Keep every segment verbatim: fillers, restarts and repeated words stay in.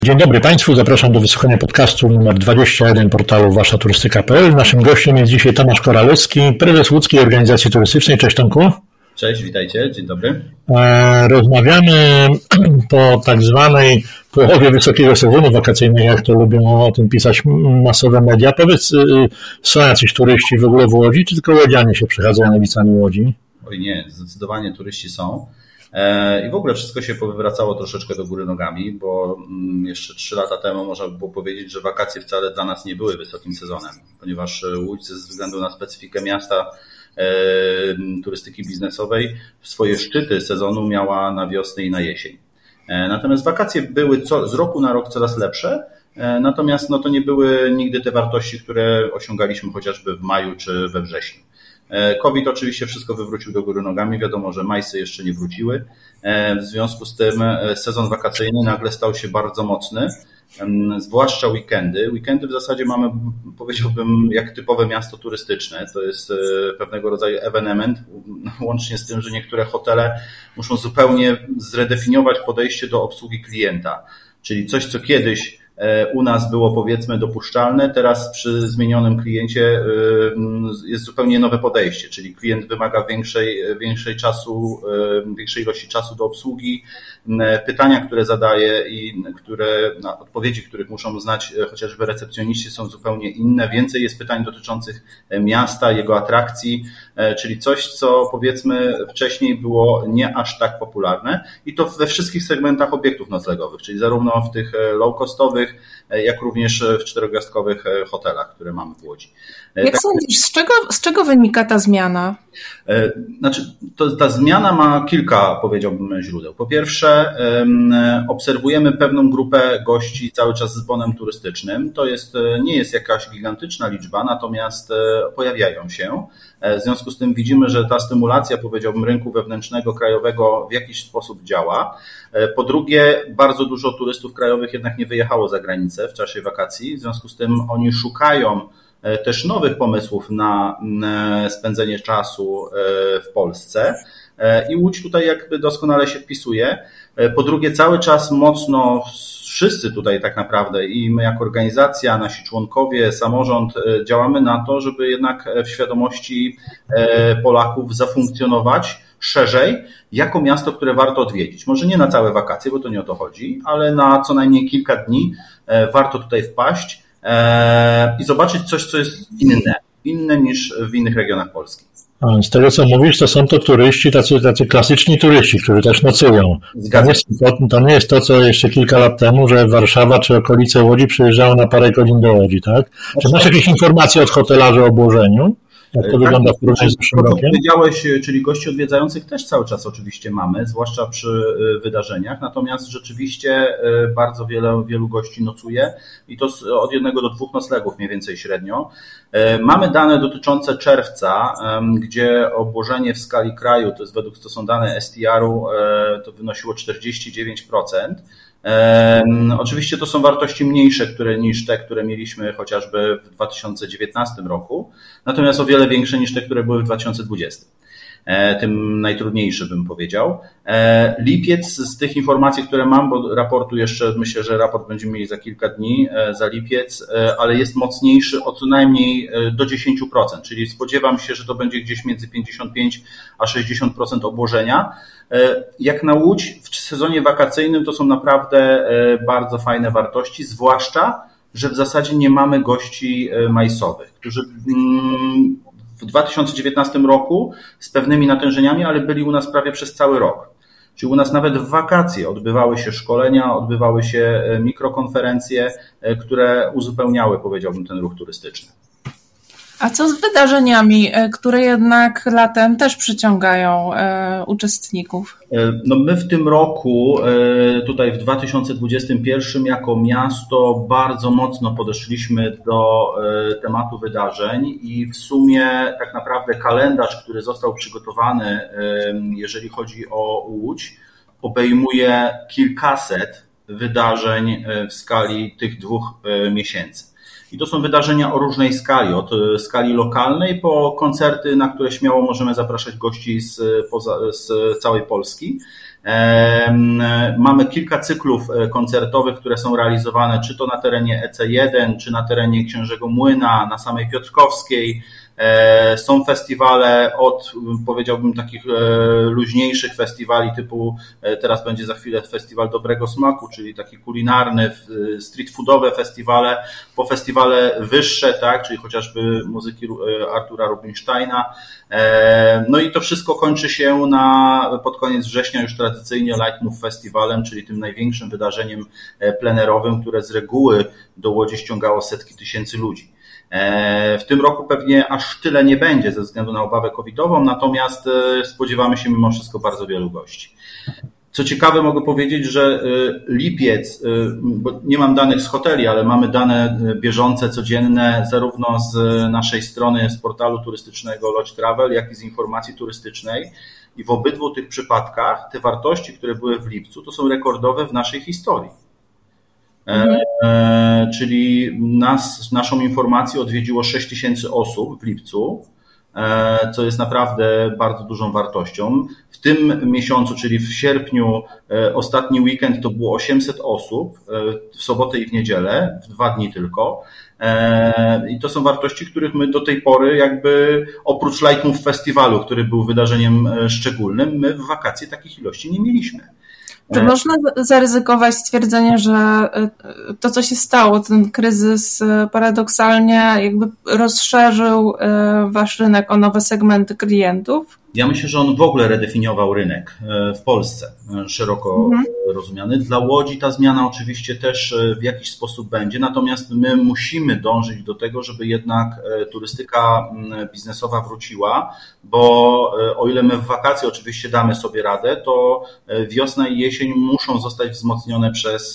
Dzień dobry Państwu, zapraszam do wysłuchania podcastu numer dwadzieścia jeden portalu wasza turystyka kropka p l. Naszym gościem jest dzisiaj Tomasz Koralewski, prezes Łódzkiej Organizacji Turystycznej. Cześć Tomku. Cześć, witajcie, dzień dobry. Rozmawiamy po tak zwanej połowie wysokiego sezonu wakacyjnego, jak to lubią o tym pisać masowe media. Powiedz, są jacyś turyści w ogóle w Łodzi, czy tylko łodzianie się przechadzają ulicami Łodzi? Oj nie, zdecydowanie turyści są. I w ogóle wszystko się powywracało troszeczkę do góry nogami, bo jeszcze trzy lata temu można by było powiedzieć, że wakacje wcale dla nas nie były wysokim sezonem, ponieważ Łódź ze względu na specyfikę miasta turystyki biznesowej swoje szczyty sezonu miała na wiosnę i na jesień. Natomiast wakacje były co, z roku na rok coraz lepsze, natomiast no to nie były nigdy te wartości, które osiągaliśmy chociażby w maju czy we wrześniu. COVID oczywiście wszystko wywrócił do góry nogami, wiadomo, że majsy jeszcze nie wróciły, w związku z tym sezon wakacyjny nagle stał się bardzo mocny, zwłaszcza weekendy. Weekendy w zasadzie mamy, powiedziałbym, jak typowe miasto turystyczne, to jest pewnego rodzaju ewenement, łącznie z tym, że niektóre hotele muszą zupełnie zredefiniować podejście do obsługi klienta, czyli coś, co kiedyś u nas było powiedzmy dopuszczalne, teraz przy zmienionym kliencie jest zupełnie nowe podejście, czyli klient wymaga większej, większej czasu, większej ilości czasu do obsługi, pytania, które zadaje i które, na odpowiedzi, których muszą znać chociażby recepcjoniści są zupełnie inne, więcej jest pytań dotyczących miasta, jego atrakcji, czyli coś, co powiedzmy wcześniej było nie aż tak popularne i to we wszystkich segmentach obiektów noclegowych, czyli zarówno w tych low-costowych, jak również w czterogwiazdkowych hotelach, które mamy w Łodzi. Jak tak, sądzisz, z czego, z czego wynika ta zmiana? Znaczy, to, ta zmiana ma kilka, powiedziałbym, źródeł. Po pierwsze, obserwujemy pewną grupę gości cały czas z bonem turystycznym. To jest, nie jest jakaś gigantyczna liczba, natomiast pojawiają się. W związku z tym widzimy, że ta stymulacja, powiedziałbym, rynku wewnętrznego, krajowego w jakiś sposób działa. Po drugie, bardzo dużo turystów krajowych jednak nie wyjechało za granicę w czasie wakacji. W związku z tym oni szukają też nowych pomysłów na spędzenie czasu w Polsce i Łódź tutaj jakby doskonale się wpisuje. Po drugie, cały czas mocno wszyscy tutaj tak naprawdę i my jako organizacja, nasi członkowie, samorząd działamy na to, żeby jednak w świadomości Polaków zafunkcjonować szerzej jako miasto, które warto odwiedzić. Może nie na całe wakacje, bo to nie o to chodzi, ale na co najmniej kilka dni warto tutaj wpaść i zobaczyć coś, co jest inne, inne niż w innych regionach Polski. A z tego, co mówisz, to są to turyści, tacy, tacy klasyczni turyści, którzy też nocują. To nie, jest, to, to nie jest to, co jeszcze kilka lat temu, że Warszawa czy okolice Łodzi przyjeżdżało na parę godzin do Łodzi, tak? Czy masz jakieś informacje od hotelarzy o obłożeniu? Jak to tak, wygląda w porównaniu z zeszłym rokiem? Powiedziałeś, czyli gości odwiedzających też cały czas oczywiście mamy, zwłaszcza przy wydarzeniach, natomiast rzeczywiście bardzo wiele, wielu gości nocuje i to od jednego do dwóch noclegów mniej więcej średnio. Mamy dane dotyczące czerwca, gdzie obłożenie w skali kraju, to jest według, to są dane S T R-u, to wynosiło czterdzieści dziewięć procent. Um, oczywiście to są wartości mniejsze które, niż te, które mieliśmy chociażby w dwa tysiące dziewiętnastym roku, natomiast o wiele większe niż te, które były w dwa tysiące dwudziestym. E, tym najtrudniejszy bym powiedział. E, lipiec z tych informacji, które mam, bo raportu jeszcze, myślę, że raport będziemy mieli za kilka dni, e, za lipiec, e, ale jest mocniejszy o co najmniej do dziesięć procent, czyli spodziewam się, że to będzie gdzieś między pięćdziesiąt pięć a sześćdziesiąt procent obłożenia. E, jak na Łódź w sezonie wakacyjnym to są naprawdę e, bardzo fajne wartości, zwłaszcza, że w zasadzie nie mamy gości majsowych, którzy mm, w dwa tysiące dziewiętnastym roku z pewnymi natężeniami, ale byli u nas prawie przez cały rok. Czyli u nas nawet w wakacje odbywały się szkolenia, odbywały się mikrokonferencje, które uzupełniały, powiedziałbym, ten ruch turystyczny. A co z wydarzeniami, które jednak latem też przyciągają e, uczestników? No my w tym roku, e, tutaj w dwa tysiące dwudziestym pierwszym jako miasto bardzo mocno podeszliśmy do e, tematu wydarzeń i w sumie tak naprawdę kalendarz, który został przygotowany, e, jeżeli chodzi o Łódź, obejmuje kilkaset wydarzeń w skali tych dwóch e, miesięcy. I to są wydarzenia o różnej skali, od skali lokalnej po koncerty, na które śmiało możemy zapraszać gości z, poza, z całej Polski. Mamy kilka cyklów koncertowych, które są realizowane czy to na terenie E C jeden, czy na terenie Księżego Młyna, na samej Piotrkowskiej. Są festiwale od, powiedziałbym, takich luźniejszych festiwali typu, teraz będzie za chwilę festiwal dobrego smaku, czyli taki kulinarny, street foodowe festiwale, po festiwale wyższe, tak, czyli chociażby muzyki Artura Rubinsteina. No i to wszystko kończy się na, pod koniec września już tradycyjnie Light Move Festiwalem, czyli tym największym wydarzeniem plenerowym, które z reguły do Łodzi ściągało setki tysięcy ludzi. W tym roku pewnie aż tyle nie będzie ze względu na obawę covidową, natomiast spodziewamy się mimo wszystko bardzo wielu gości. Co ciekawe, mogę powiedzieć, że lipiec, bo nie mam danych z hoteli, ale mamy dane bieżące, codzienne, zarówno z naszej strony, z portalu turystycznego Lodge Travel, jak i z informacji turystycznej. I w obydwu tych przypadkach te wartości, które były w lipcu, to są rekordowe w naszej historii. Mhm. E, czyli nas, naszą informację odwiedziło sześć tysięcy osób w lipcu, e, co jest naprawdę bardzo dużą wartością. W tym miesiącu, czyli w sierpniu, e, ostatni weekend to było osiemset osób, e, w sobotę i w niedzielę, w dwa dni tylko. E, I to są wartości, których my do tej pory jakby oprócz Light Move Festiwalu, który był wydarzeniem szczególnym, my w wakacje takich ilości nie mieliśmy. Czy można zaryzykować stwierdzenie, że to, co się stało, ten kryzys paradoksalnie jakby rozszerzył wasz rynek o nowe segmenty klientów? Ja myślę, że on w ogóle redefiniował rynek w Polsce, szeroko mhm. rozumiany. Dla Łodzi ta zmiana oczywiście też w jakiś sposób będzie, natomiast my musimy dążyć do tego, żeby jednak turystyka biznesowa wróciła, bo o ile my w wakacje oczywiście damy sobie radę, to wiosna i jesień muszą zostać wzmocnione przez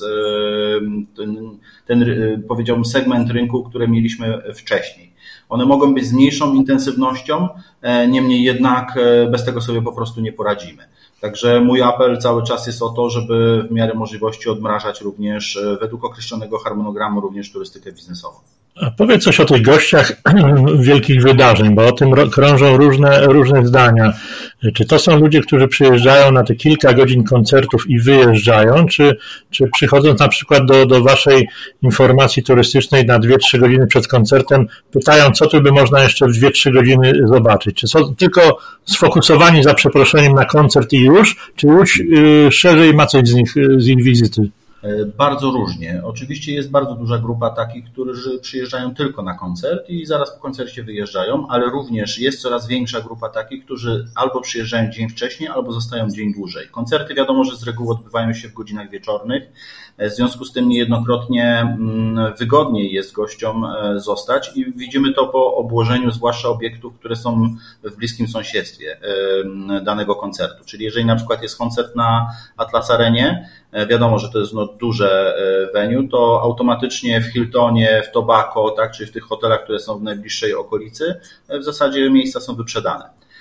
ten, ten powiedziałbym, segment rynku, który mieliśmy wcześniej. One mogą być z mniejszą intensywnością, niemniej jednak bez tego sobie po prostu nie poradzimy. Także mój apel cały czas jest o to, żeby w miarę możliwości odmrażać również według określonego harmonogramu również turystykę biznesową. A powiedz coś o tych gościach wielkich wydarzeń, bo o tym krążą różne, różne zdania. Czy to są ludzie, którzy przyjeżdżają na te kilka godzin koncertów i wyjeżdżają, czy, czy przychodząc na przykład do, do waszej informacji turystycznej na dwie trzy godziny przed koncertem, pytają, co tu by można jeszcze w dwie trzy godziny zobaczyć? Czy są tylko sfokusowani za przeproszeniem na koncert i już, czy już yy, szerzej ma coś z nich, z ich wizyty? Bardzo różnie. Oczywiście jest bardzo duża grupa takich, którzy przyjeżdżają tylko na koncert i zaraz po koncercie wyjeżdżają, ale również jest coraz większa grupa takich, którzy albo przyjeżdżają dzień wcześniej, albo zostają dzień dłużej. Koncerty wiadomo, że z reguły odbywają się w godzinach wieczornych, w związku z tym niejednokrotnie wygodniej jest gościom zostać i widzimy to po obłożeniu zwłaszcza obiektów, które są w bliskim sąsiedztwie danego koncertu. Czyli jeżeli na przykład jest koncert na Atlas Arenie, wiadomo, że to jest no, duże venue, to automatycznie w Hiltonie, w Tobacco, tak, czyli w tych hotelach, które są w najbliższej okolicy, w zasadzie miejsca są wyprzedane.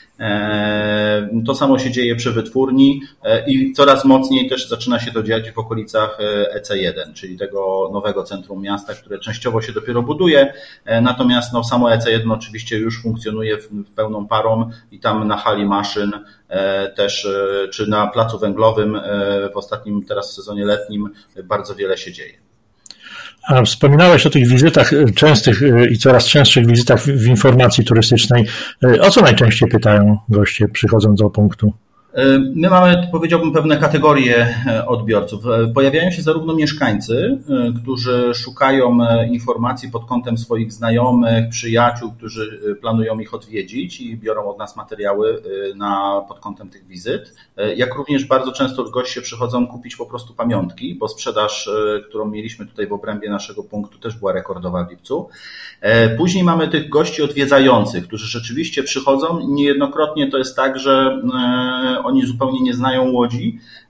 To samo się dzieje przy wytwórni i coraz mocniej też zaczyna się to dziać w okolicach E C jeden, czyli tego nowego centrum miasta, które częściowo się dopiero buduje, natomiast no, samo E C jeden oczywiście już funkcjonuje w pełną parą i tam na hali maszyn też, czy na placu węglowym w ostatnim teraz w sezonie letnim bardzo wiele się dzieje. A wspominałeś o tych wizytach częstych i coraz częstszych wizytach w informacji turystycznej. O co najczęściej pytają goście przychodząc do punktu? My mamy, powiedziałbym, pewne kategorie odbiorców. Pojawiają się zarówno mieszkańcy, którzy szukają informacji pod kątem swoich znajomych, przyjaciół, którzy planują ich odwiedzić i biorą od nas materiały na, pod kątem tych wizyt, jak również bardzo często goście przychodzą kupić po prostu pamiątki, bo sprzedaż, którą mieliśmy tutaj w obrębie naszego punktu, też była rekordowa w lipcu. Później mamy tych gości odwiedzających, którzy rzeczywiście przychodzą. Niejednokrotnie to jest tak, że oni zupełnie nie znają Łodzi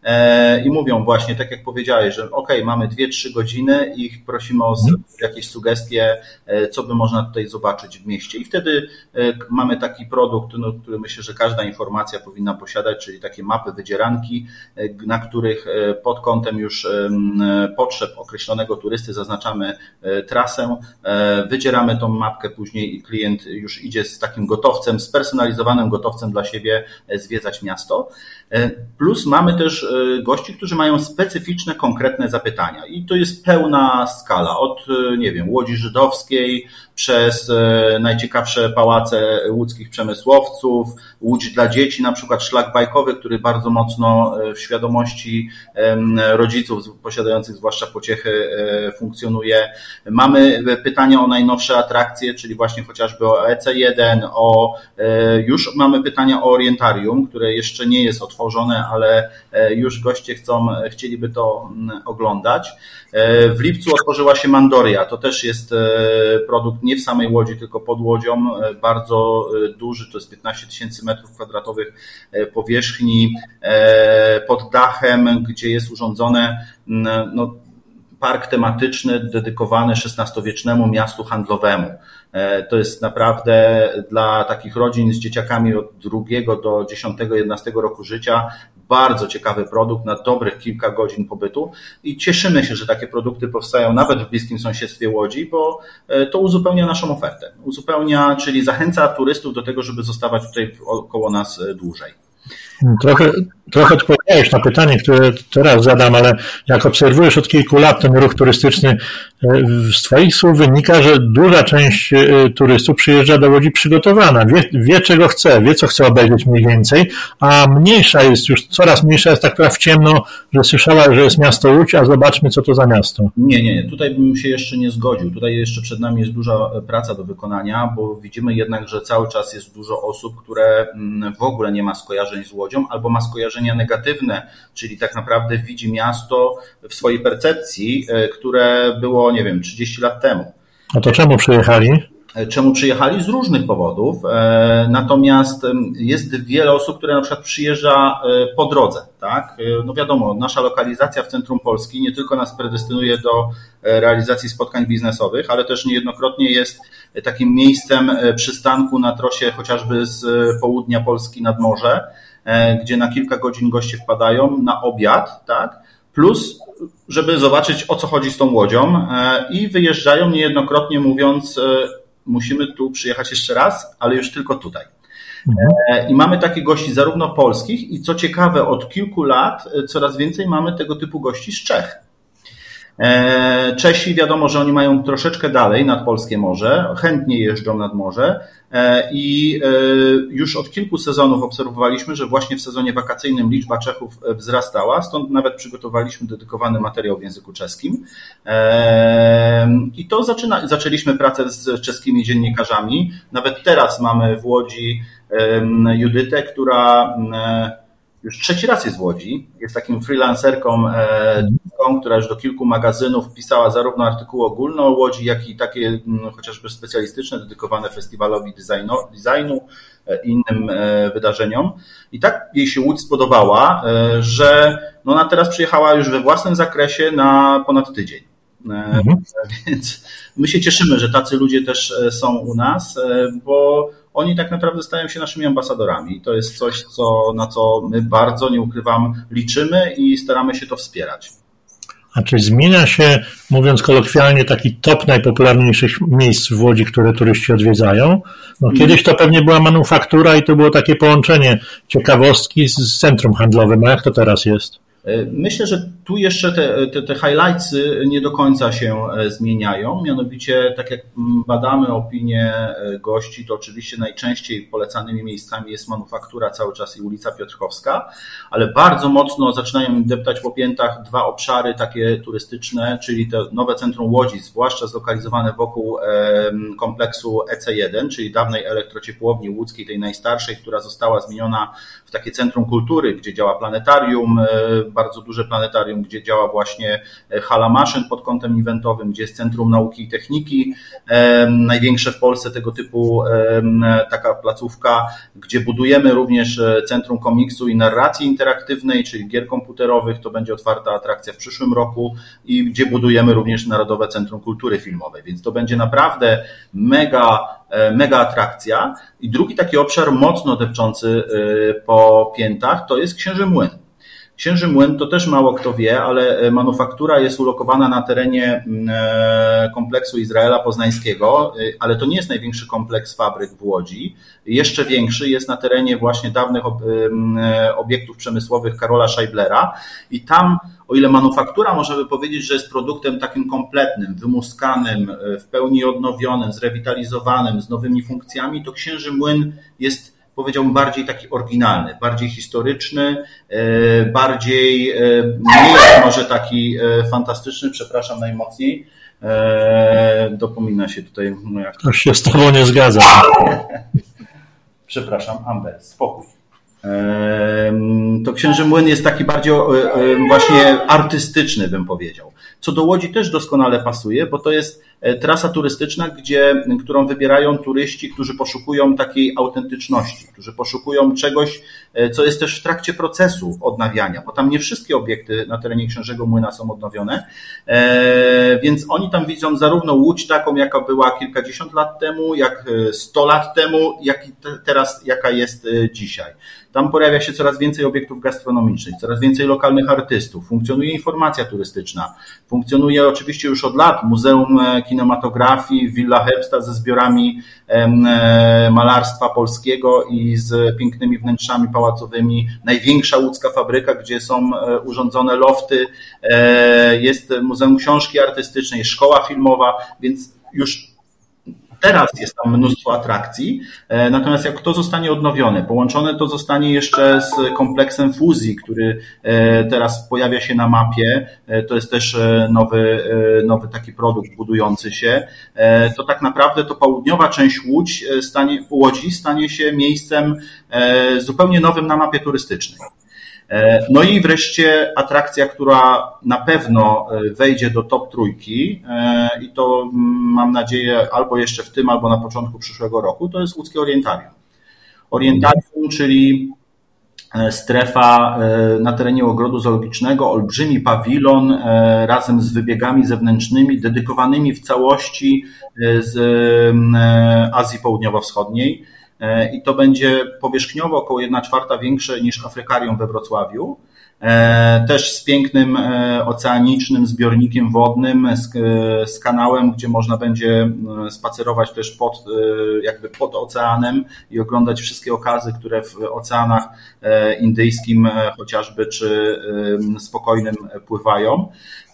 i mówią właśnie, tak jak powiedziałeś, że ok, mamy dwie trzy godziny i prosimy o jakieś sugestie, co by można tutaj zobaczyć w mieście. I wtedy mamy taki produkt, no, który myślę, że każda informacja powinna posiadać, czyli takie mapy, wydzieranki, na których pod kątem już potrzeb określonego turysty zaznaczamy trasę, wydzieramy tą mapkę później i klient już idzie z takim gotowcem, spersonalizowanym gotowcem dla siebie zwiedzać miasto. Plus mamy też gości, którzy mają specyficzne, konkretne zapytania i to jest pełna skala, od, nie wiem, Łodzi Żydowskiej, przez najciekawsze pałace łódzkich przemysłowców, Łódź dla dzieci, na przykład szlak bajkowy, który bardzo mocno w świadomości rodziców posiadających zwłaszcza pociechy funkcjonuje. Mamy pytania o najnowsze atrakcje, czyli właśnie chociażby o E C jeden, o, już mamy pytania o orientarium, które jeszcze nie jest otworzone, ale już goście chcą, chcieliby to oglądać. W lipcu otworzyła się Mandoria, to też jest produkt nie w samej Łodzi, tylko pod Łodzią, bardzo duży, to jest piętnaście tysięcy metrów kwadratowych powierzchni pod dachem, gdzie jest urządzone no, park tematyczny dedykowany szesnastowiecznemu miastu handlowemu. To jest naprawdę dla takich rodzin z dzieciakami od drugiego do dziesiątego, jedenastego roku życia bardzo ciekawy produkt na dobrych kilka godzin pobytu i cieszymy się, że takie produkty powstają nawet w bliskim sąsiedztwie Łodzi, bo to uzupełnia naszą ofertę. Uzupełnia, czyli zachęca turystów do tego, żeby zostawać tutaj koło nas dłużej. Trochę, trochę odpowiedziałeś na pytanie, które teraz zadam, ale jak obserwujesz od kilku lat ten ruch turystyczny, z Twoich słów wynika, że duża część turystów przyjeżdża do Łodzi przygotowana, wie, wie czego chce, wie co chce obejrzeć mniej więcej, a mniejsza jest już, coraz mniejsza jest ta, która w ciemno, że słyszała, że jest miasto Łódź, a zobaczmy co to za miasto. Nie, nie, nie, tutaj bym się jeszcze nie zgodził, tutaj jeszcze przed nami jest duża praca do wykonania, bo widzimy jednak, że cały czas jest dużo osób, które w ogóle nie ma skojarzeń z Łodzią, albo ma skojarzenia negatywne, czyli tak naprawdę widzi miasto w swojej percepcji, które było, nie wiem, trzydzieści lat temu. A to czemu przyjechali? Czemu przyjechali? Z różnych powodów. Natomiast jest wiele osób, które na przykład przyjeżdża po drodze, tak? No wiadomo, nasza lokalizacja w centrum Polski nie tylko nas predestynuje do realizacji spotkań biznesowych, ale też niejednokrotnie jest takim miejscem przystanku na trosie chociażby z południa Polski nad morze, gdzie na kilka godzin goście wpadają na obiad, tak? Plus, żeby zobaczyć, o co chodzi z tą łodzią i wyjeżdżają niejednokrotnie mówiąc, musimy tu przyjechać jeszcze raz, ale już tylko tutaj. Mhm. I mamy takich gości zarówno polskich i co ciekawe, od kilku lat coraz więcej mamy tego typu gości z Czech. Czesi, wiadomo, że oni mają troszeczkę dalej nad polskie morze, chętnie jeżdżą nad morze i już od kilku sezonów obserwowaliśmy, że właśnie w sezonie wakacyjnym liczba Czechów wzrastała, stąd nawet przygotowaliśmy dedykowany materiał w języku czeskim i to zaczyna, zaczęliśmy pracę z czeskimi dziennikarzami. Nawet teraz mamy w Łodzi Judytę, która już trzeci raz jest w Łodzi, jest takim freelancerką, która już do kilku magazynów pisała zarówno artykuły ogólne o Łodzi, jak i takie chociażby specjalistyczne, dedykowane festiwalowi designu, designu i innym wydarzeniom. I tak jej się Łódź spodobała, że no ona teraz przyjechała już we własnym zakresie na ponad tydzień. Mhm. Więc my się cieszymy, że tacy ludzie też są u nas, bo oni tak naprawdę stają się naszymi ambasadorami. To jest coś, co, na co my bardzo, nie ukrywam, liczymy i staramy się to wspierać. A czy zmienia się, mówiąc kolokwialnie, taki top najpopularniejszych miejsc w Łodzi, które turyści odwiedzają? No, kiedyś to pewnie była manufaktura i to było takie połączenie ciekawostki z centrum handlowym. A jak to teraz jest? Myślę, że tu jeszcze te, te, te highlightsy nie do końca się zmieniają, mianowicie tak jak badamy opinię gości, to oczywiście najczęściej polecanymi miejscami jest manufaktura cały czas i ulica Piotrkowska, ale bardzo mocno zaczynają im deptać po piętach dwa obszary takie turystyczne, czyli to nowe centrum Łodzi, zwłaszcza zlokalizowane wokół kompleksu E C jeden, czyli dawnej elektrociepłowni łódzkiej, tej najstarszej, która została zmieniona w takie centrum kultury, gdzie działa planetarium, bardzo duże planetarium, gdzie działa właśnie hala maszyn pod kątem eventowym, gdzie jest Centrum Nauki i Techniki, największe w Polsce tego typu taka placówka, gdzie budujemy również Centrum Komiksu i Narracji Interaktywnej, czyli gier komputerowych, to będzie otwarta atrakcja w przyszłym roku i gdzie budujemy również Narodowe Centrum Kultury Filmowej, więc to będzie naprawdę mega, mega atrakcja. I drugi taki obszar mocno depczący po piętach to jest Księży Młyn. Księży Młyn to też mało kto wie, ale manufaktura jest ulokowana na terenie kompleksu Izraela Poznańskiego, ale to nie jest największy kompleks fabryk w Łodzi. Jeszcze większy jest na terenie właśnie dawnych obiektów przemysłowych Karola Scheiblera i tam, o ile manufaktura możemy powiedzieć, że jest produktem takim kompletnym, wymuskanym, w pełni odnowionym, zrewitalizowanym, z nowymi funkcjami, to Księży Młyn jest, powiedziałbym, bardziej taki oryginalny, bardziej historyczny, bardziej, nie jest może taki fantastyczny, przepraszam najmocniej, dopomina się tutaj moja... Ktoś się z tobą nie zgadza. Przepraszam, Amber, spokój. To Księży Młyn jest taki bardziej właśnie artystyczny, bym powiedział. Co do Łodzi też doskonale pasuje, bo to jest trasa turystyczna, gdzie, którą wybierają turyści, którzy poszukują takiej autentyczności, którzy poszukują czegoś, co jest też w trakcie procesu odnawiania, bo tam nie wszystkie obiekty na terenie Księżego Młyna są odnowione, więc oni tam widzą zarówno Łódź taką, jaka była kilkadziesiąt lat temu, jak sto lat temu, jak i teraz, jaka jest dzisiaj. Tam pojawia się coraz więcej obiektów gastronomicznych, coraz więcej lokalnych artystów, funkcjonuje informacja turystyczna, funkcjonuje oczywiście już od lat Muzeum Kinematografii, Villa Herbsta ze zbiorami malarstwa polskiego i z pięknymi wnętrzami pałacowymi, największa łódzka fabryka, gdzie są urządzone lofty, jest Muzeum Książki Artystycznej, szkoła filmowa, więc już teraz jest tam mnóstwo atrakcji, natomiast jak to zostanie odnowione, połączone to zostanie jeszcze z kompleksem fuzji, który teraz pojawia się na mapie, to jest też nowy, nowy taki produkt budujący się, to tak naprawdę to południowa część Łódź stanie, Łodzi stanie się miejscem zupełnie nowym na mapie turystycznej. No i wreszcie atrakcja, która na pewno wejdzie do top trójki i to mam nadzieję albo jeszcze w tym, albo na początku przyszłego roku, to jest łódzkie Orientarium. Orientarium, czyli strefa na terenie ogrodu zoologicznego, olbrzymi pawilon razem z wybiegami zewnętrznymi dedykowanymi w całości z Azji Południowo-Wschodniej. I to będzie powierzchniowo około jedna czwarta większe niż Afrykarium we Wrocławiu. Też z pięknym oceanicznym zbiornikiem wodnym, z, z kanałem, gdzie można będzie spacerować też pod, jakby pod oceanem i oglądać wszystkie okazy, które w oceanach indyjskim chociażby czy spokojnym pływają.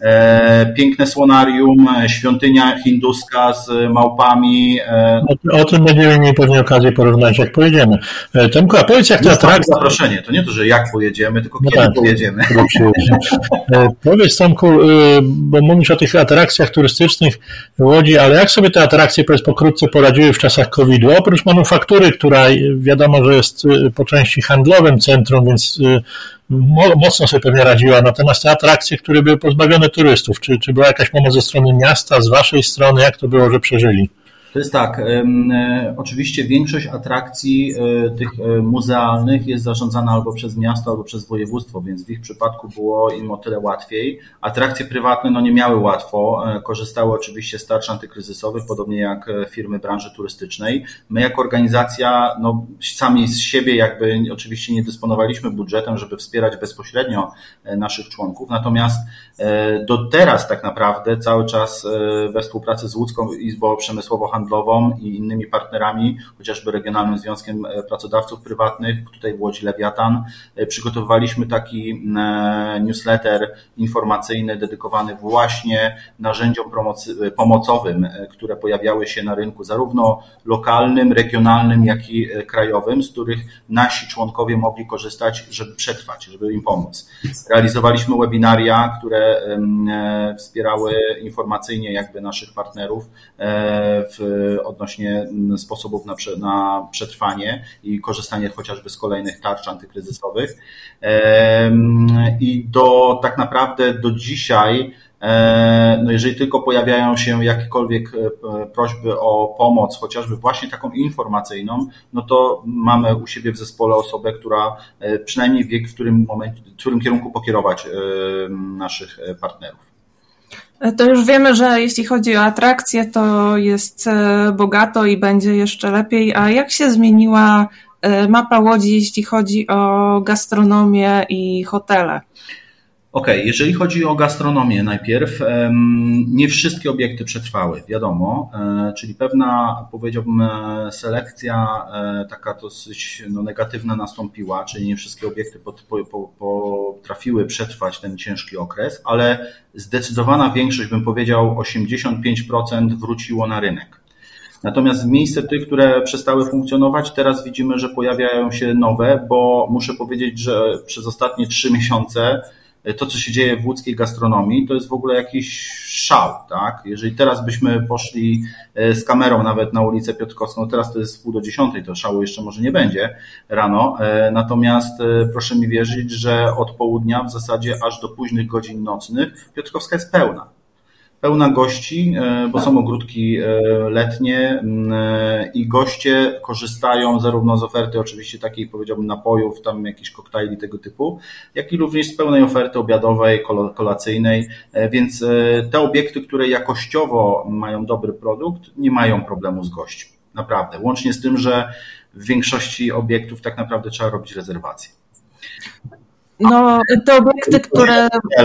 Piękne słonarium, świątynia hinduska z małpami. O, o tym będziemy mieli pewnie okazję porównać, jak pojedziemy. Tomku, a powiedz, jak ta atrakcja... zaproszenie, to nie to, że jak pojedziemy, tylko kiedy no tak, pojedziemy. Powiedz, Tomku, bo mówisz o tych atrakcjach turystycznych w Łodzi, ale jak sobie te atrakcje, powiedz, pokrótce poradziły w czasach kowida? Oprócz manufaktury, która wiadomo, że jest po części handlowym centrum, więc mocno sobie pewnie radziła, natomiast te atrakcje, które były pozbawione turystów, czy, czy była jakaś pomoc ze strony miasta, z waszej strony, jak to było, że przeżyli? To jest tak, oczywiście większość atrakcji tych muzealnych jest zarządzana albo przez miasto, albo przez województwo, więc w ich przypadku było im o tyle łatwiej. Atrakcje prywatne no nie miały łatwo, korzystały oczywiście z tarcz antykryzysowych, podobnie jak firmy branży turystycznej. My jako organizacja no, sami z siebie jakby oczywiście nie dysponowaliśmy budżetem, żeby wspierać bezpośrednio naszych członków, natomiast do teraz tak naprawdę cały czas we współpracy z Łódzką Izbą Przemysłowo-Handlową i innymi partnerami, chociażby Regionalnym Związkiem Pracodawców Prywatnych, tutaj w Łodzi Lewiatan, przygotowywaliśmy taki newsletter informacyjny dedykowany właśnie narzędziom pomocy, pomocowym, które pojawiały się na rynku zarówno lokalnym, regionalnym, jak i krajowym, z których nasi członkowie mogli korzystać, żeby przetrwać, żeby im pomóc. Realizowaliśmy webinaria, które wspierały informacyjnie jakby naszych partnerów w odnośnie sposobów na, na przetrwanie i korzystanie chociażby z kolejnych tarcz antykryzysowych. I do tak naprawdę do dzisiaj, no jeżeli tylko pojawiają się jakiekolwiek prośby o pomoc, chociażby właśnie taką informacyjną, no to mamy u siebie w zespole osobę, która przynajmniej wie, w którym momencie, w którym kierunku pokierować naszych partnerów. To już wiemy, że jeśli chodzi o atrakcje, to jest bogato i będzie jeszcze lepiej. A jak się zmieniła mapa Łodzi, jeśli chodzi o gastronomię i hotele? Okej, okay, jeżeli chodzi o gastronomię najpierw, nie wszystkie obiekty przetrwały, wiadomo, czyli pewna, powiedziałbym, selekcja taka dosyć no, negatywna nastąpiła, czyli nie wszystkie obiekty potrafiły przetrwać ten ciężki okres, ale zdecydowana większość, bym powiedział osiemdziesiąt pięć procent wróciło na rynek. Natomiast w miejsce tych, które przestały funkcjonować, teraz widzimy, że pojawiają się nowe, bo muszę powiedzieć, że przez ostatnie trzy miesiące to, co się dzieje w łódzkiej gastronomii, to jest w ogóle jakiś szał, tak? Jeżeli teraz byśmy poszli z kamerą nawet na ulicę Piotrkowską, teraz to jest pół do dziesiątej, to szału jeszcze może nie będzie rano, natomiast proszę mi wierzyć, że od południa w zasadzie aż do późnych godzin nocnych Piotrkowska jest pełna. Pełna gości, bo są ogródki letnie i goście korzystają zarówno z oferty oczywiście takiej, powiedziałbym, napojów, tam jakichś koktajli tego typu, jak i również z pełnej oferty obiadowej, kolacyjnej, więc te obiekty, które jakościowo mają dobry produkt, nie mają problemu z gośćmi. Naprawdę. Łącznie z tym, że w większości obiektów tak naprawdę trzeba robić rezerwacje. No, te obiekty, które...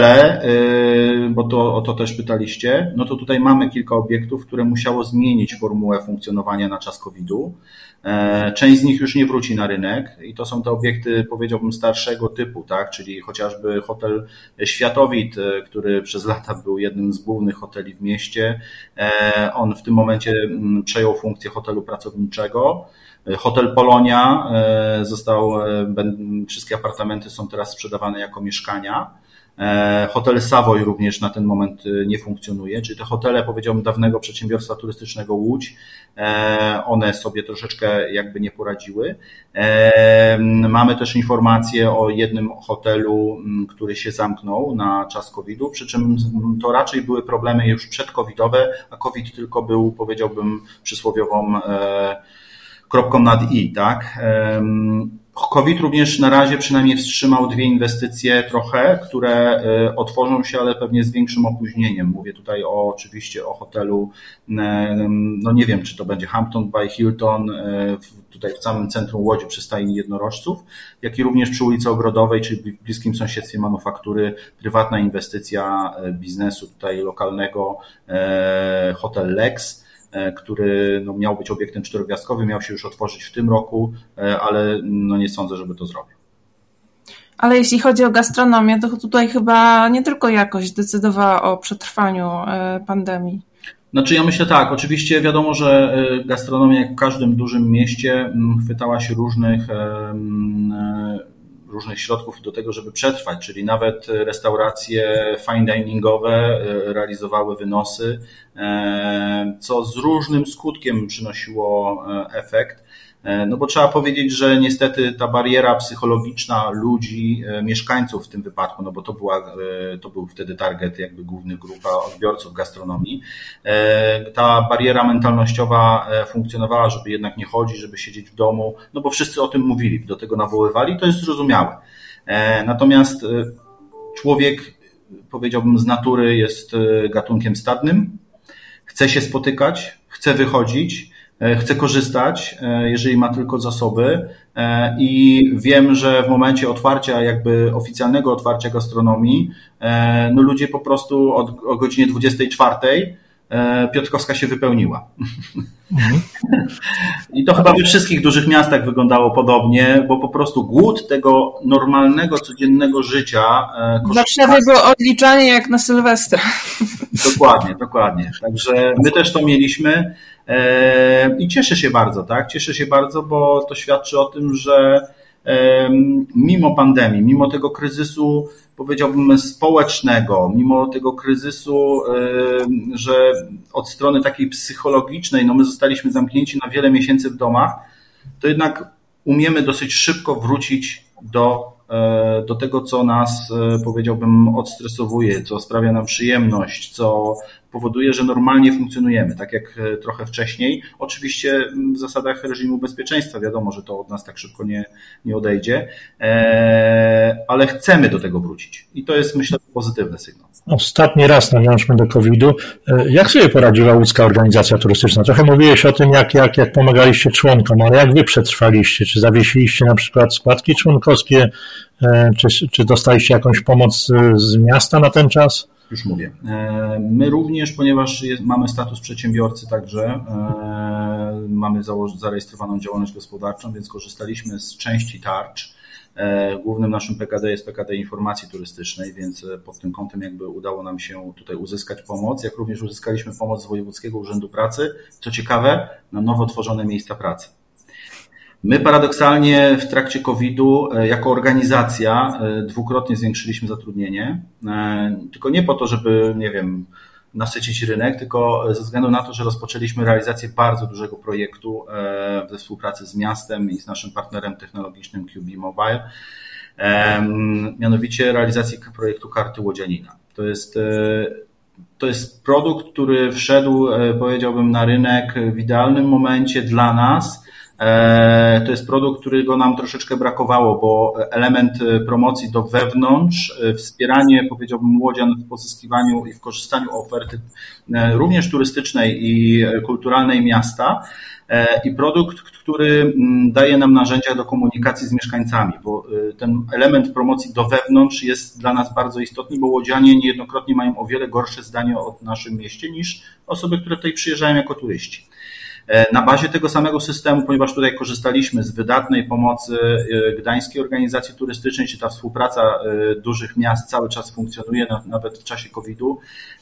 Bo to, o to też pytaliście, no to tutaj mamy kilka obiektów, które musiało zmienić formułę funkcjonowania na czas kowida. Część z nich już nie wróci na rynek i to są te obiekty, powiedziałbym, starszego typu, tak, czyli chociażby hotel Światowit, który przez lata był jednym z głównych hoteli w mieście. On w tym momencie przejął funkcję hotelu pracowniczego. Hotel Polonia został, wszystkie apartamenty są teraz sprzedawane jako mieszkania. Hotel Savoy również na ten moment nie funkcjonuje, czyli te hotele, powiedziałbym, dawnego przedsiębiorstwa turystycznego Łódź, one sobie troszeczkę jakby nie poradziły. Mamy też informacje o jednym hotelu, który się zamknął na czas kowida, przy czym to raczej były problemy już przedcovidowe, a COVID tylko był, powiedziałbym, przysłowiową kropką nad i, tak? COVID również na razie przynajmniej wstrzymał dwie inwestycje trochę, które otworzą się, ale pewnie z większym opóźnieniem. Mówię tutaj o, oczywiście o hotelu, no nie wiem, czy to będzie Hampton by Hilton, tutaj w samym centrum Łodzi przy stajni jednorożców, jak i również przy ulicy Ogrodowej, czyli w bliskim sąsiedztwie manufaktury, prywatna inwestycja biznesu tutaj lokalnego, hotel Lex, który no, miał być obiektem czterogwiazdkowym, miał się już otworzyć w tym roku, ale no, nie sądzę, żeby to zrobił. Ale jeśli chodzi o gastronomię, to tutaj chyba nie tylko jakość decydowała o przetrwaniu pandemii. Znaczy ja myślę tak, oczywiście wiadomo, że gastronomia jak w każdym dużym mieście chwytała się różnych różnych środków do tego, żeby przetrwać, czyli nawet restauracje fine diningowe realizowały wynosy, co z różnym skutkiem przynosiło efekt. No bo trzeba powiedzieć, że niestety ta bariera psychologiczna ludzi, mieszkańców w tym wypadku, no bo to była, to był wtedy target jakby główny grupa odbiorców gastronomii, ta bariera mentalnościowa funkcjonowała, żeby jednak nie chodzić, żeby siedzieć w domu, no bo wszyscy o tym mówili, do tego nawoływali, to jest zrozumiałe. Natomiast człowiek, powiedziałbym, z natury jest gatunkiem stadnym, chce się spotykać, chce wychodzić, chce korzystać, jeżeli ma tylko zasoby, i wiem, że w momencie otwarcia, jakby oficjalnego otwarcia gastronomii, no ludzie po prostu od, o godzinie dwudziestej czwartej Piotrkowska się wypełniła. Mhm. I to chyba we wszystkich dużych miastach wyglądało podobnie, bo po prostu głód tego normalnego, codziennego życia. W Warszawie było odliczanie jak na Sylwestra. Dokładnie, dokładnie. Także my też to mieliśmy i cieszę się bardzo, tak? Cieszę się bardzo, bo to świadczy o tym, że mimo pandemii, mimo tego kryzysu, powiedziałbym, społecznego, mimo tego kryzysu, że od strony takiej psychologicznej, no my zostaliśmy zamknięci na wiele miesięcy w domach, to jednak umiemy dosyć szybko wrócić do, do tego, co nas, powiedziałbym, odstresowuje, co sprawia nam przyjemność, co powoduje, że normalnie funkcjonujemy, tak jak trochę wcześniej. Oczywiście w zasadach reżimu bezpieczeństwa, wiadomo, że to od nas tak szybko nie, nie odejdzie, ale chcemy do tego wrócić i to jest, myślę, pozytywny sygnał. Ostatni raz nawiążmy do kowida. Jak sobie poradziła łódzka organizacja turystyczna? Trochę mówiłeś o tym, jak, jak, jak pomagaliście członkom, ale jak wy przetrwaliście? Czy zawiesiliście na przykład składki członkowskie? Czy, czy dostaliście jakąś pomoc z miasta na ten czas? Już mówię. My również, ponieważ jest, mamy status przedsiębiorcy także, mamy założ, zarejestrowaną działalność gospodarczą, więc korzystaliśmy z części tarcz. Głównym naszym P K D jest P K D Informacji Turystycznej, więc pod tym kątem jakby udało nam się tutaj uzyskać pomoc, jak również uzyskaliśmy pomoc z Wojewódzkiego Urzędu Pracy, co ciekawe, na nowo tworzone miejsca pracy. My paradoksalnie w trakcie kowida jako organizacja dwukrotnie zwiększyliśmy zatrudnienie, tylko nie po to, żeby, nie wiem, nasycić rynek, tylko ze względu na to, że rozpoczęliśmy realizację bardzo dużego projektu we współpracy z miastem i z naszym partnerem technologicznym Q B Mobile, mianowicie realizacji projektu Karty Łodzianina. To jest, to jest produkt, który wszedł, powiedziałbym, na rynek w idealnym momencie dla nas. To jest produkt, którego nam troszeczkę brakowało, bo element promocji do wewnątrz, wspieranie, powiedziałbym, łodzian w pozyskiwaniu i w korzystaniu oferty również turystycznej i kulturalnej miasta i produkt, który daje nam narzędzia do komunikacji z mieszkańcami, bo ten element promocji do wewnątrz jest dla nas bardzo istotny, bo łodzianie niejednokrotnie mają o wiele gorsze zdanie o naszym mieście niż osoby, które tutaj przyjeżdżają jako turyści. Na bazie tego samego systemu, ponieważ tutaj korzystaliśmy z wydatnej pomocy Gdańskiej Organizacji Turystycznej, czy ta współpraca dużych miast cały czas funkcjonuje, nawet w czasie kowida,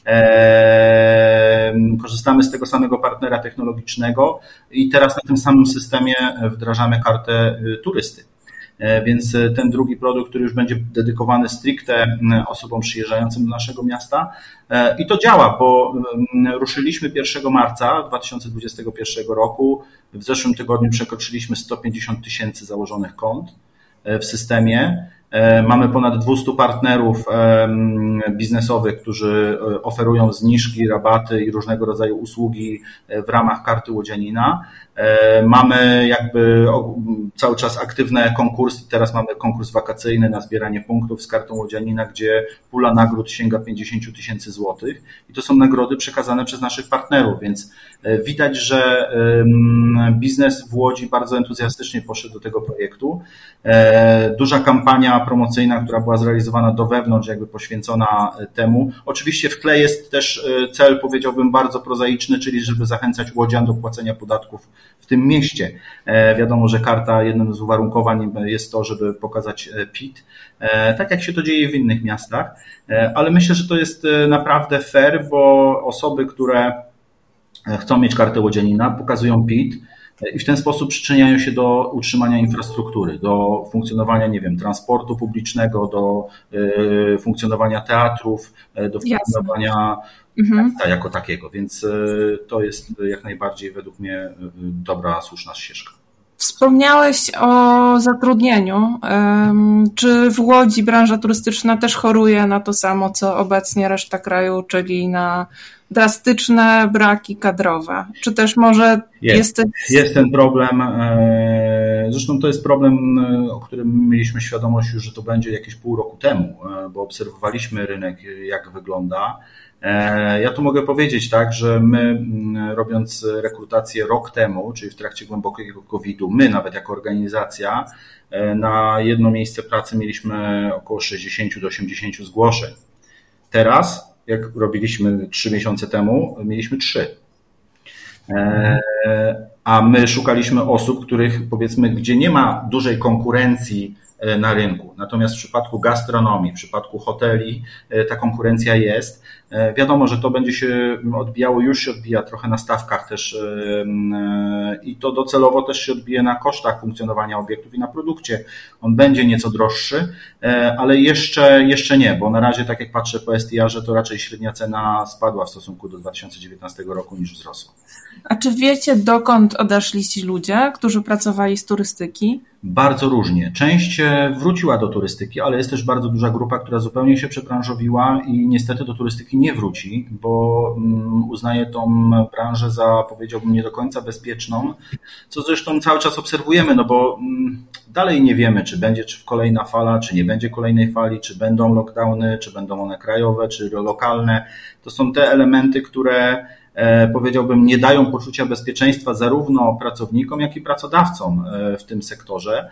korzystamy z tego samego partnera technologicznego i teraz na tym samym systemie wdrażamy kartę turysty. Więc ten drugi produkt, który już będzie dedykowany stricte osobom przyjeżdżającym do naszego miasta. I to działa, bo ruszyliśmy pierwszego marca dwa tysiące dwudziestego pierwszego roku. W zeszłym tygodniu przekroczyliśmy sto pięćdziesiąt tysięcy założonych kont w systemie. Mamy ponad dwieście partnerów biznesowych, którzy oferują zniżki, rabaty i różnego rodzaju usługi w ramach karty łodzianina. Mamy jakby cały czas aktywne konkursy. Teraz mamy konkurs wakacyjny na zbieranie punktów z kartą łodzianina, gdzie pula nagród sięga pięćdziesiąt tysięcy złotych i to są nagrody przekazane przez naszych partnerów, więc widać, że biznes w Łodzi bardzo entuzjastycznie poszedł do tego projektu. Duża kampania promocyjna, która była zrealizowana do wewnątrz, jakby poświęcona temu. Oczywiście w tle jest też cel, powiedziałbym, bardzo prozaiczny, czyli żeby zachęcać łodzian do płacenia podatków w tym mieście. Wiadomo, że karta, jednym z uwarunkowań jest to, żeby pokazać P I T, tak jak się to dzieje w innych miastach, ale myślę, że to jest naprawdę fair, bo osoby, które chcą mieć kartę łodzianina, pokazują P I T i w ten sposób przyczyniają się do utrzymania infrastruktury, do funkcjonowania, nie wiem, transportu publicznego, do y, funkcjonowania teatrów, do funkcjonowania miasta jako takiego, więc y, to jest jak najbardziej według mnie y, dobra, słuszna ścieżka. Wspomniałeś o zatrudnieniu. Czy w Łodzi branża turystyczna też choruje na to samo, co obecnie reszta kraju, czyli na drastyczne braki kadrowe? Czy też może jest, jesteś... Jest ten problem, zresztą to jest problem, o którym mieliśmy świadomość już, że to będzie jakieś pół roku temu, bo obserwowaliśmy rynek, jak wygląda. Ja tu mogę powiedzieć tak, że my robiąc rekrutację rok temu, czyli w trakcie głębokiego kowida, my nawet jako organizacja na jedno miejsce pracy mieliśmy około sześćdziesiąt do osiemdziesięciu zgłoszeń. Teraz, jak robiliśmy trzy miesiące temu, mieliśmy trzy. A my szukaliśmy osób, których powiedzmy, gdzie nie ma dużej konkurencji na rynku. Natomiast w przypadku gastronomii, w przypadku hoteli ta konkurencja jest. Wiadomo, że to będzie się odbijało, już się odbija trochę na stawkach też i to docelowo też się odbije na kosztach funkcjonowania obiektów i na produkcie. On będzie nieco droższy, ale jeszcze, jeszcze nie, bo na razie tak jak patrzę po S T R-ze, to raczej średnia cena spadła w stosunku do dwa tysiące dziewiętnastego roku niż wzrosła. A czy wiecie, dokąd odeszli ci ludzie, którzy pracowali z turystyki? Bardzo różnie. Część wróciła do turystyki, ale jest też bardzo duża grupa, która zupełnie się przebranżowiła i niestety do turystyki nie wróci, bo uznaje tą branżę za, powiedziałbym, nie do końca bezpieczną, co zresztą cały czas obserwujemy, no bo dalej nie wiemy, czy będzie czy kolejna fala, czy nie będzie kolejnej fali, czy będą lockdowny, czy będą one krajowe, czy lokalne. To są te elementy, które powiedziałbym, nie dają poczucia bezpieczeństwa zarówno pracownikom, jak i pracodawcom w tym sektorze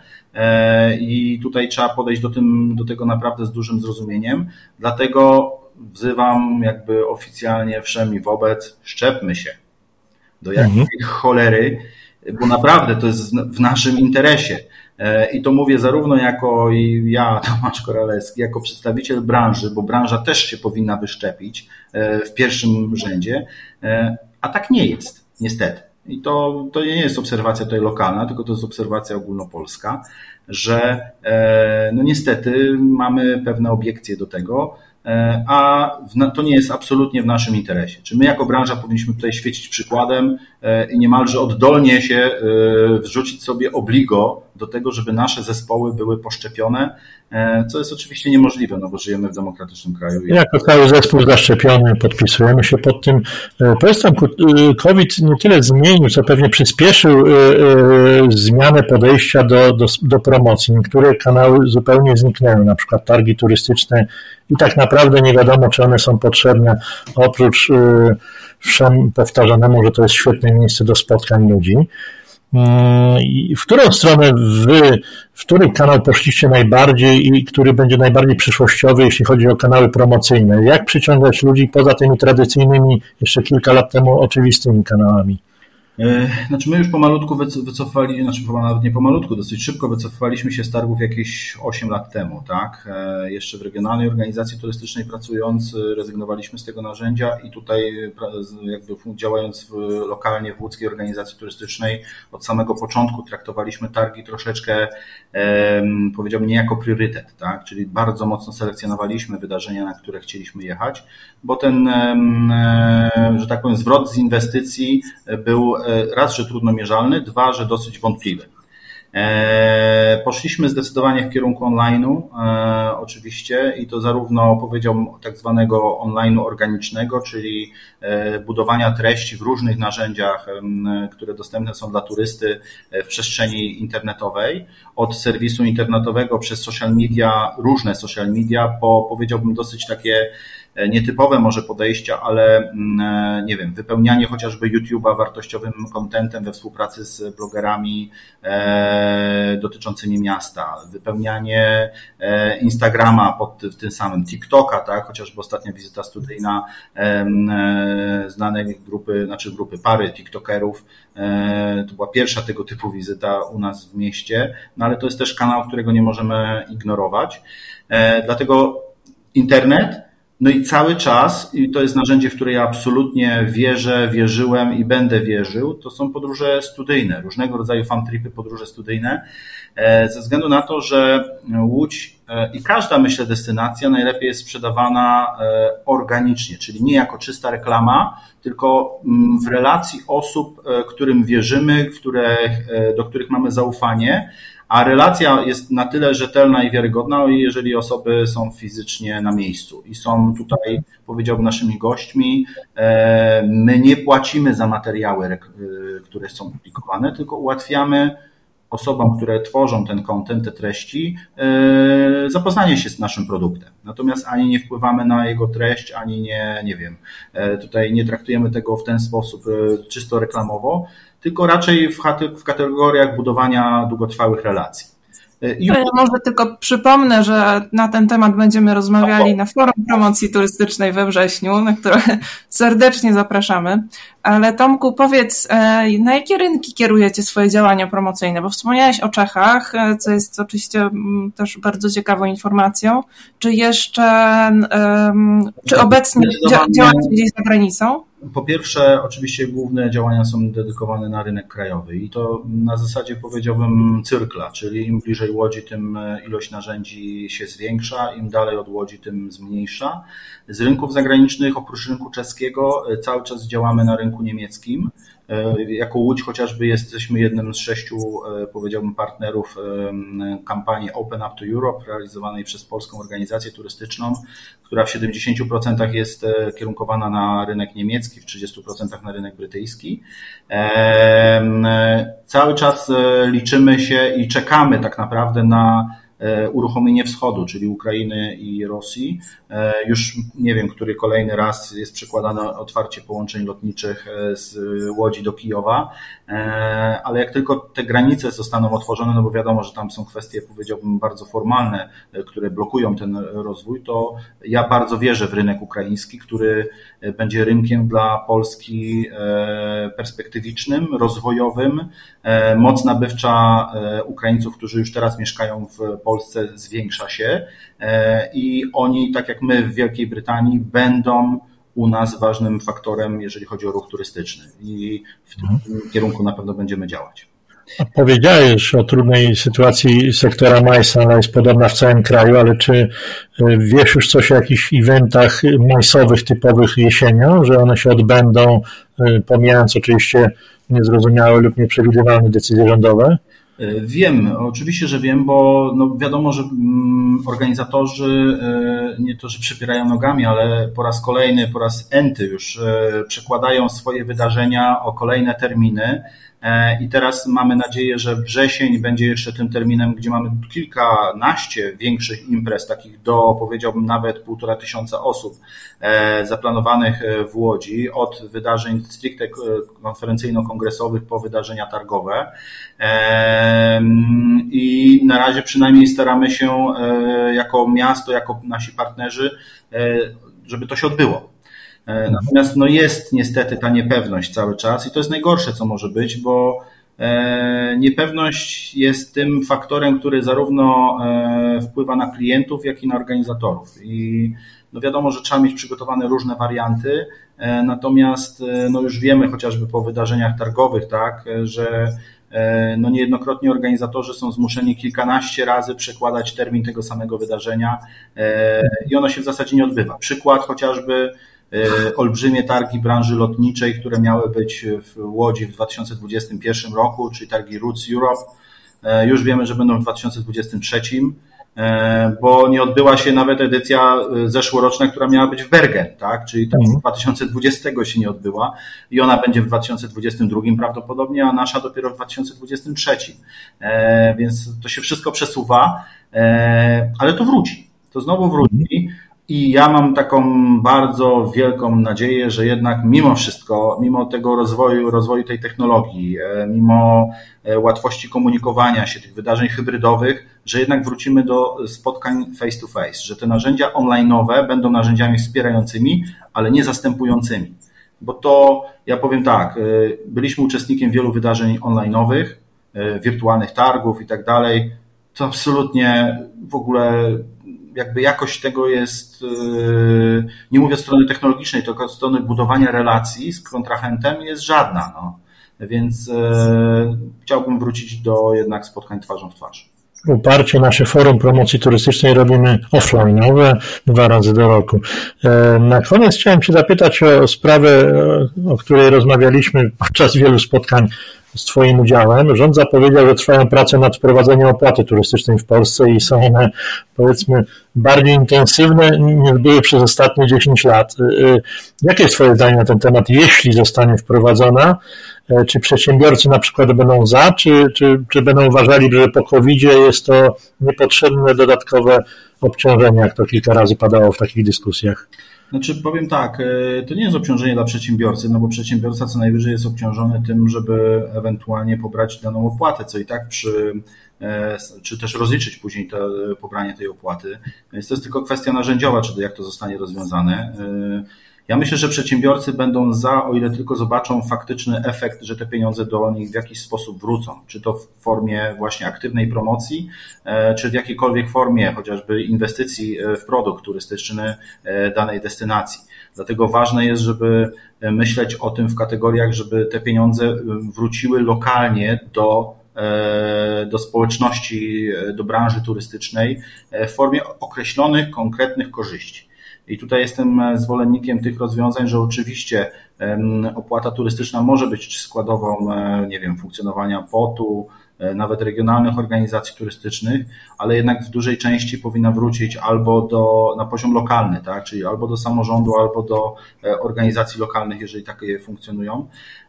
i tutaj trzeba podejść do, tym, do tego naprawdę z dużym zrozumieniem, dlatego wzywam jakby oficjalnie wszem i wobec, szczepmy się do jakiej mhm. cholery, bo naprawdę to jest w naszym interesie. I to mówię zarówno jako ja, Tomasz Koralewski, jako przedstawiciel branży, bo branża też się powinna wyszczepić w pierwszym rzędzie, a tak nie jest, niestety. I to, to nie jest obserwacja tutaj lokalna, tylko to jest obserwacja ogólnopolska, że no niestety mamy pewne obiekcje do tego, a to nie jest absolutnie w naszym interesie. Czy my jako branża powinniśmy tutaj świecić przykładem i niemalże oddolnie się wrzucić sobie obligo do tego, żeby nasze zespoły były poszczepione, co jest oczywiście niemożliwe, no bo żyjemy w demokratycznym kraju. Jako cały zespół zaszczepiony podpisujemy się pod tym. Powiedz tam, COVID nie tyle zmienił, co pewnie przyspieszył zmianę podejścia do, do, do promocji. Niektóre kanały zupełnie zniknęły, na przykład targi turystyczne i tak naprawdę nie wiadomo, czy one są potrzebne, oprócz wszem powtarzanemu, że to jest świetne miejsce do spotkań ludzi. W którą stronę wy, w który kanał poszliście najbardziej i który będzie najbardziej przyszłościowy, jeśli chodzi o kanały promocyjne? Jak przyciągać ludzi poza tymi tradycyjnymi, jeszcze kilka lat temu oczywistymi kanałami? Znaczy my już pomalutku wycofali, znaczy nawet nie pomalutku, dosyć szybko wycofaliśmy się z targów jakieś osiem lat temu, tak? Jeszcze w regionalnej organizacji turystycznej pracując rezygnowaliśmy z tego narzędzia i tutaj jakby działając w, lokalnie w łódzkiej organizacji turystycznej od samego początku traktowaliśmy targi troszeczkę powiedziałbym nie jako priorytet, tak? Czyli bardzo mocno selekcjonowaliśmy wydarzenia, na które chcieliśmy jechać, bo ten, że tak powiem, zwrot z inwestycji był raz, że trudno mierzalny, dwa, że dosyć wątpliwy. Poszliśmy zdecydowanie w kierunku online'u, oczywiście, i to zarówno powiedziałbym tak zwanego online'u organicznego, czyli budowania treści w różnych narzędziach, które dostępne są dla turysty w przestrzeni internetowej, od serwisu internetowego przez social media, różne social media, po powiedziałbym dosyć takie nietypowe może podejścia, ale nie wiem, wypełnianie chociażby YouTube'a wartościowym contentem we współpracy z blogerami e, dotyczącymi miasta, wypełnianie e, Instagrama pod tym samym, TikToka, tak, chociażby ostatnia wizyta studyjna e, e, znanej grupy, znaczy grupy pary TikTokerów, e, to była pierwsza tego typu wizyta u nas w mieście, no ale to jest też kanał, którego nie możemy ignorować, e, dlatego internet. No i cały czas, i to jest narzędzie, w które ja absolutnie wierzę, wierzyłem i będę wierzył, to są podróże studyjne, różnego rodzaju fan tripy, podróże studyjne, ze względu na to, że Łódź i każda, myślę, destynacja najlepiej jest sprzedawana organicznie, czyli nie jako czysta reklama, tylko w relacji osób, którym wierzymy, które, do których mamy zaufanie, a relacja jest na tyle rzetelna i wiarygodna, jeżeli osoby są fizycznie na miejscu i są tutaj, powiedziałbym, naszymi gośćmi. My nie płacimy za materiały, które są publikowane, tylko ułatwiamy osobom, które tworzą ten content, te treści, zapoznanie się z naszym produktem. Natomiast ani nie wpływamy na jego treść, ani nie, nie wiem, tutaj nie traktujemy tego w ten sposób czysto reklamowo, tylko raczej w kategoriach budowania długotrwałych relacji. I... Ja może tylko przypomnę, że na ten temat będziemy rozmawiali na forum promocji turystycznej we wrześniu, na które serdecznie zapraszamy. Ale Tomku, powiedz, na jakie rynki kierujecie swoje działania promocyjne? Bo wspomniałeś o Czechach, co jest oczywiście też bardzo ciekawą informacją. Czy jeszcze, czy obecnie działacie gdzieś za granicą? Po pierwsze, oczywiście główne działania są dedykowane na rynek krajowy i to na zasadzie, powiedziałbym, cyrkla, czyli im bliżej Łodzi, tym ilość narzędzi się zwiększa, im dalej od Łodzi, tym zmniejsza. Z rynków zagranicznych, oprócz rynku czeskiego, cały czas działamy na rynku niemieckim. Jako Łódź chociażby jesteśmy jednym z sześciu, powiedziałbym, partnerów kampanii Open Up to Europe, realizowanej przez Polską Organizację Turystyczną, która w siedemdziesięciu procentach jest kierunkowana na rynek niemiecki, w trzydziestu procentach na rynek brytyjski. Cały czas liczymy się i czekamy tak naprawdę na uruchomienie wschodu, czyli Ukrainy i Rosji. Już nie wiem, który kolejny raz jest przekładane otwarcie połączeń lotniczych z Łodzi do Kijowa, ale jak tylko te granice zostaną otworzone, no bo wiadomo, że tam są kwestie, powiedziałbym, bardzo formalne, które blokują ten rozwój, to ja bardzo wierzę w rynek ukraiński, który będzie rynkiem dla Polski perspektywicznym, rozwojowym. Moc nabywcza Ukraińców, którzy już teraz mieszkają w Polsce, zwiększa się i oni, tak jak my w Wielkiej Brytanii, będą u nas ważnym faktorem, jeżeli chodzi o ruch turystyczny i w tym mhm. kierunku na pewno będziemy działać. Powiedziałeś o trudnej sytuacji sektora majsa, ona jest podobna w całym kraju, ale czy wiesz już coś o jakichś eventach majsowych typowych jesienią, że one się odbędą, pomijając oczywiście niezrozumiałe lub nieprzewidywalne decyzje rządowe? Wiem, oczywiście, że wiem, bo no wiadomo, że organizatorzy nie to, że przypierają nogami, ale po raz kolejny, po raz enty już przekładają swoje wydarzenia o kolejne terminy i teraz mamy nadzieję, że wrzesień będzie jeszcze tym terminem, gdzie mamy kilkanaście większych imprez, takich do, powiedziałbym, nawet półtora tysiąca osób zaplanowanych w Łodzi, od wydarzeń stricte konferencyjno-kongresowych po wydarzenia targowe. I na razie przynajmniej staramy się jako miasto, jako nasi partnerzy, żeby to się odbyło. Natomiast no jest niestety ta niepewność cały czas i to jest najgorsze, co może być, bo niepewność jest tym faktorem, który zarówno wpływa na klientów, jak i na organizatorów. I no wiadomo, że trzeba mieć przygotowane różne warianty, natomiast no już wiemy chociażby po wydarzeniach targowych, tak, że no niejednokrotnie organizatorzy są zmuszeni kilkanaście razy przekładać termin tego samego wydarzenia i ono się w zasadzie nie odbywa. Przykład chociażby olbrzymie targi branży lotniczej, które miały być w Łodzi w dwa tysiące dwudziestym pierwszym roku, czyli targi Roots Europe. Już wiemy, że będą w dwa tysiące dwudziestym trzecim, bo nie odbyła się nawet edycja zeszłoroczna, która miała być w Bergen, tak? Czyli ta z dwa tysiące dwudziestego się nie odbyła i ona będzie w dwa tysiące dwudziestym drugim prawdopodobnie, a nasza dopiero w dwa tysiące dwudziestym trzecim. Więc to się wszystko przesuwa, ale to wróci. To znowu wróci. I ja mam taką bardzo wielką nadzieję, że jednak mimo wszystko, mimo tego rozwoju, rozwoju tej technologii, mimo łatwości komunikowania się, tych wydarzeń hybrydowych, że jednak wrócimy do spotkań face to face, że te narzędzia online'owe będą narzędziami wspierającymi, ale nie zastępującymi. Bo to, ja powiem tak, byliśmy uczestnikiem wielu wydarzeń online'owych, wirtualnych targów i tak dalej, to absolutnie w ogóle jakby jakość tego jest, nie mówię od strony technologicznej, tylko od strony budowania relacji z kontrahentem jest żadna. No. Więc chciałbym wrócić do jednak spotkań twarzą w twarz. Uparcie nasze forum promocji turystycznej robimy offline'owe dwa razy do roku. Na koniec chciałem Cię zapytać o sprawę, o której rozmawialiśmy podczas wielu spotkań z Twoim udziałem. Rząd zapowiedział, że trwają prace nad wprowadzeniem opłaty turystycznej w Polsce i są one, powiedzmy, bardziej intensywne niż były przez ostatnie dziesięć lat. Jakie jest Twoje zdanie na ten temat, jeśli zostanie wprowadzona? Czy przedsiębiorcy na przykład będą za, czy, czy, czy będą uważali, że po kowidzie jest to niepotrzebne dodatkowe obciążenie, jak to kilka razy padało w takich dyskusjach? Znaczy powiem tak, to nie jest obciążenie dla przedsiębiorcy, no bo przedsiębiorca co najwyżej jest obciążony tym, żeby ewentualnie pobrać daną opłatę, co i tak przy, czy też rozliczyć później to pobranie tej opłaty. Więc to jest tylko kwestia narzędziowa, czy jak to zostanie rozwiązane. Ja myślę, że przedsiębiorcy będą za, o ile tylko zobaczą faktyczny efekt, że te pieniądze do nich w jakiś sposób wrócą. Czy to w formie właśnie aktywnej promocji, czy w jakiejkolwiek formie chociażby inwestycji w produkt turystyczny danej destynacji. Dlatego ważne jest, żeby myśleć o tym w kategoriach, żeby te pieniądze wróciły lokalnie do do społeczności, do branży turystycznej w formie określonych, konkretnych korzyści. I tutaj jestem zwolennikiem tych rozwiązań, że oczywiście opłata turystyczna może być składową, nie wiem, funkcjonowania P O T-u, nawet regionalnych organizacji turystycznych, ale jednak w dużej części powinna wrócić albo do, na poziom lokalny, tak? Czyli albo do samorządu, albo do organizacji lokalnych, jeżeli takie funkcjonują,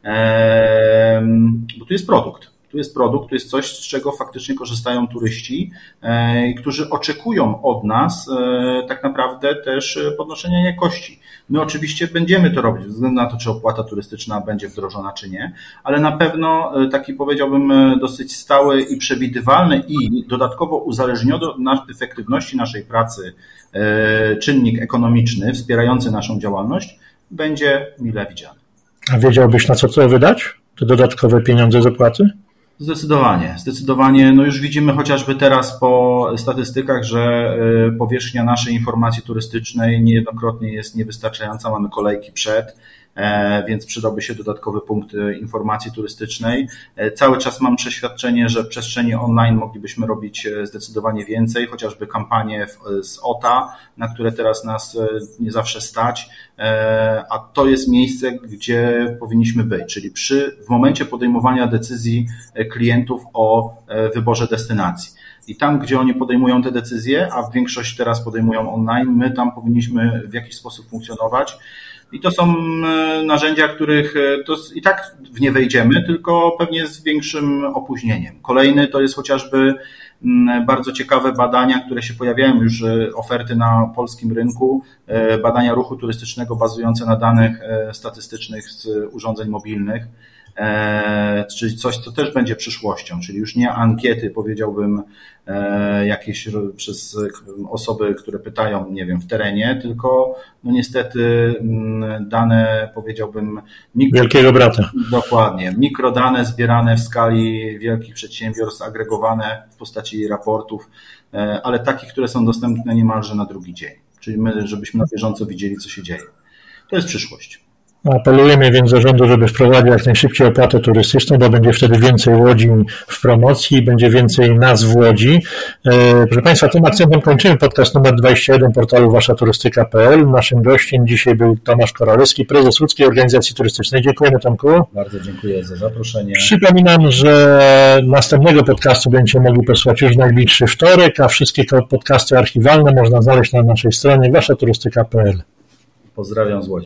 bo tu jest produkt. Tu jest produkt, tu jest coś, z czego faktycznie korzystają turyści, którzy oczekują od nas tak naprawdę też podnoszenia jakości. My oczywiście będziemy to robić, ze względu na to, czy opłata turystyczna będzie wdrożona, czy nie, ale na pewno taki, powiedziałbym, dosyć stały i przewidywalny i dodatkowo uzależniony od efektywności naszej pracy czynnik ekonomiczny wspierający naszą działalność będzie mile widziany. A wiedziałbyś, na co to wydać? Te dodatkowe pieniądze z opłaty? Zdecydowanie, zdecydowanie. No już widzimy chociażby teraz po statystykach, że powierzchnia naszej informacji turystycznej niejednokrotnie jest niewystarczająca, mamy kolejki przed, więc przydałby się dodatkowy punkt informacji turystycznej. Cały czas mam przeświadczenie, że w przestrzeni online moglibyśmy robić zdecydowanie więcej, chociażby kampanie z O T A, na które teraz nas nie zawsze stać, a to jest miejsce, gdzie powinniśmy być, czyli przy, w momencie podejmowania decyzji klientów o wyborze destynacji. I tam, gdzie oni podejmują te decyzje, a w większości teraz podejmują online, my tam powinniśmy w jakiś sposób funkcjonować. I to są narzędzia, których to i tak w nie wejdziemy, tylko pewnie z większym opóźnieniem. Kolejny to jest chociażby bardzo ciekawe badania, które się pojawiają już, oferty na polskim rynku, badania ruchu turystycznego bazujące na danych statystycznych z urządzeń mobilnych, czyli coś, co też będzie przyszłością, czyli już nie ankiety, powiedziałbym, jakieś przez osoby, które pytają, nie wiem, w terenie, tylko no niestety dane, powiedziałbym, mikro, wielkiego brata. Dokładnie, mikrodane zbierane w skali wielkich przedsiębiorstw, agregowane w postaci raportów, ale takich, które są dostępne niemalże na drugi dzień, czyli my, żebyśmy na bieżąco widzieli, co się dzieje. To jest przyszłość. Apelujemy więc do rządu, żeby wprowadził jak najszybciej opłatę turystyczną, bo będzie wtedy więcej łodzi w promocji, będzie więcej nazw łodzi. Proszę Państwa, tym akcentem kończymy podcast numer dwadzieścia jeden portalu wasza turystyka kropka p l. Naszym gościem dzisiaj był Tomasz Koralewski, prezes Łódzkiej Organizacji Turystycznej. Dziękujemy, Tomku. Bardzo dziękuję za zaproszenie. Przypominam, że następnego podcastu będziecie mogli posłuchać już w najbliższy wtorek, a wszystkie podcasty archiwalne można znaleźć na naszej stronie wasza turystyka kropka p l. Pozdrawiam z Łodzi.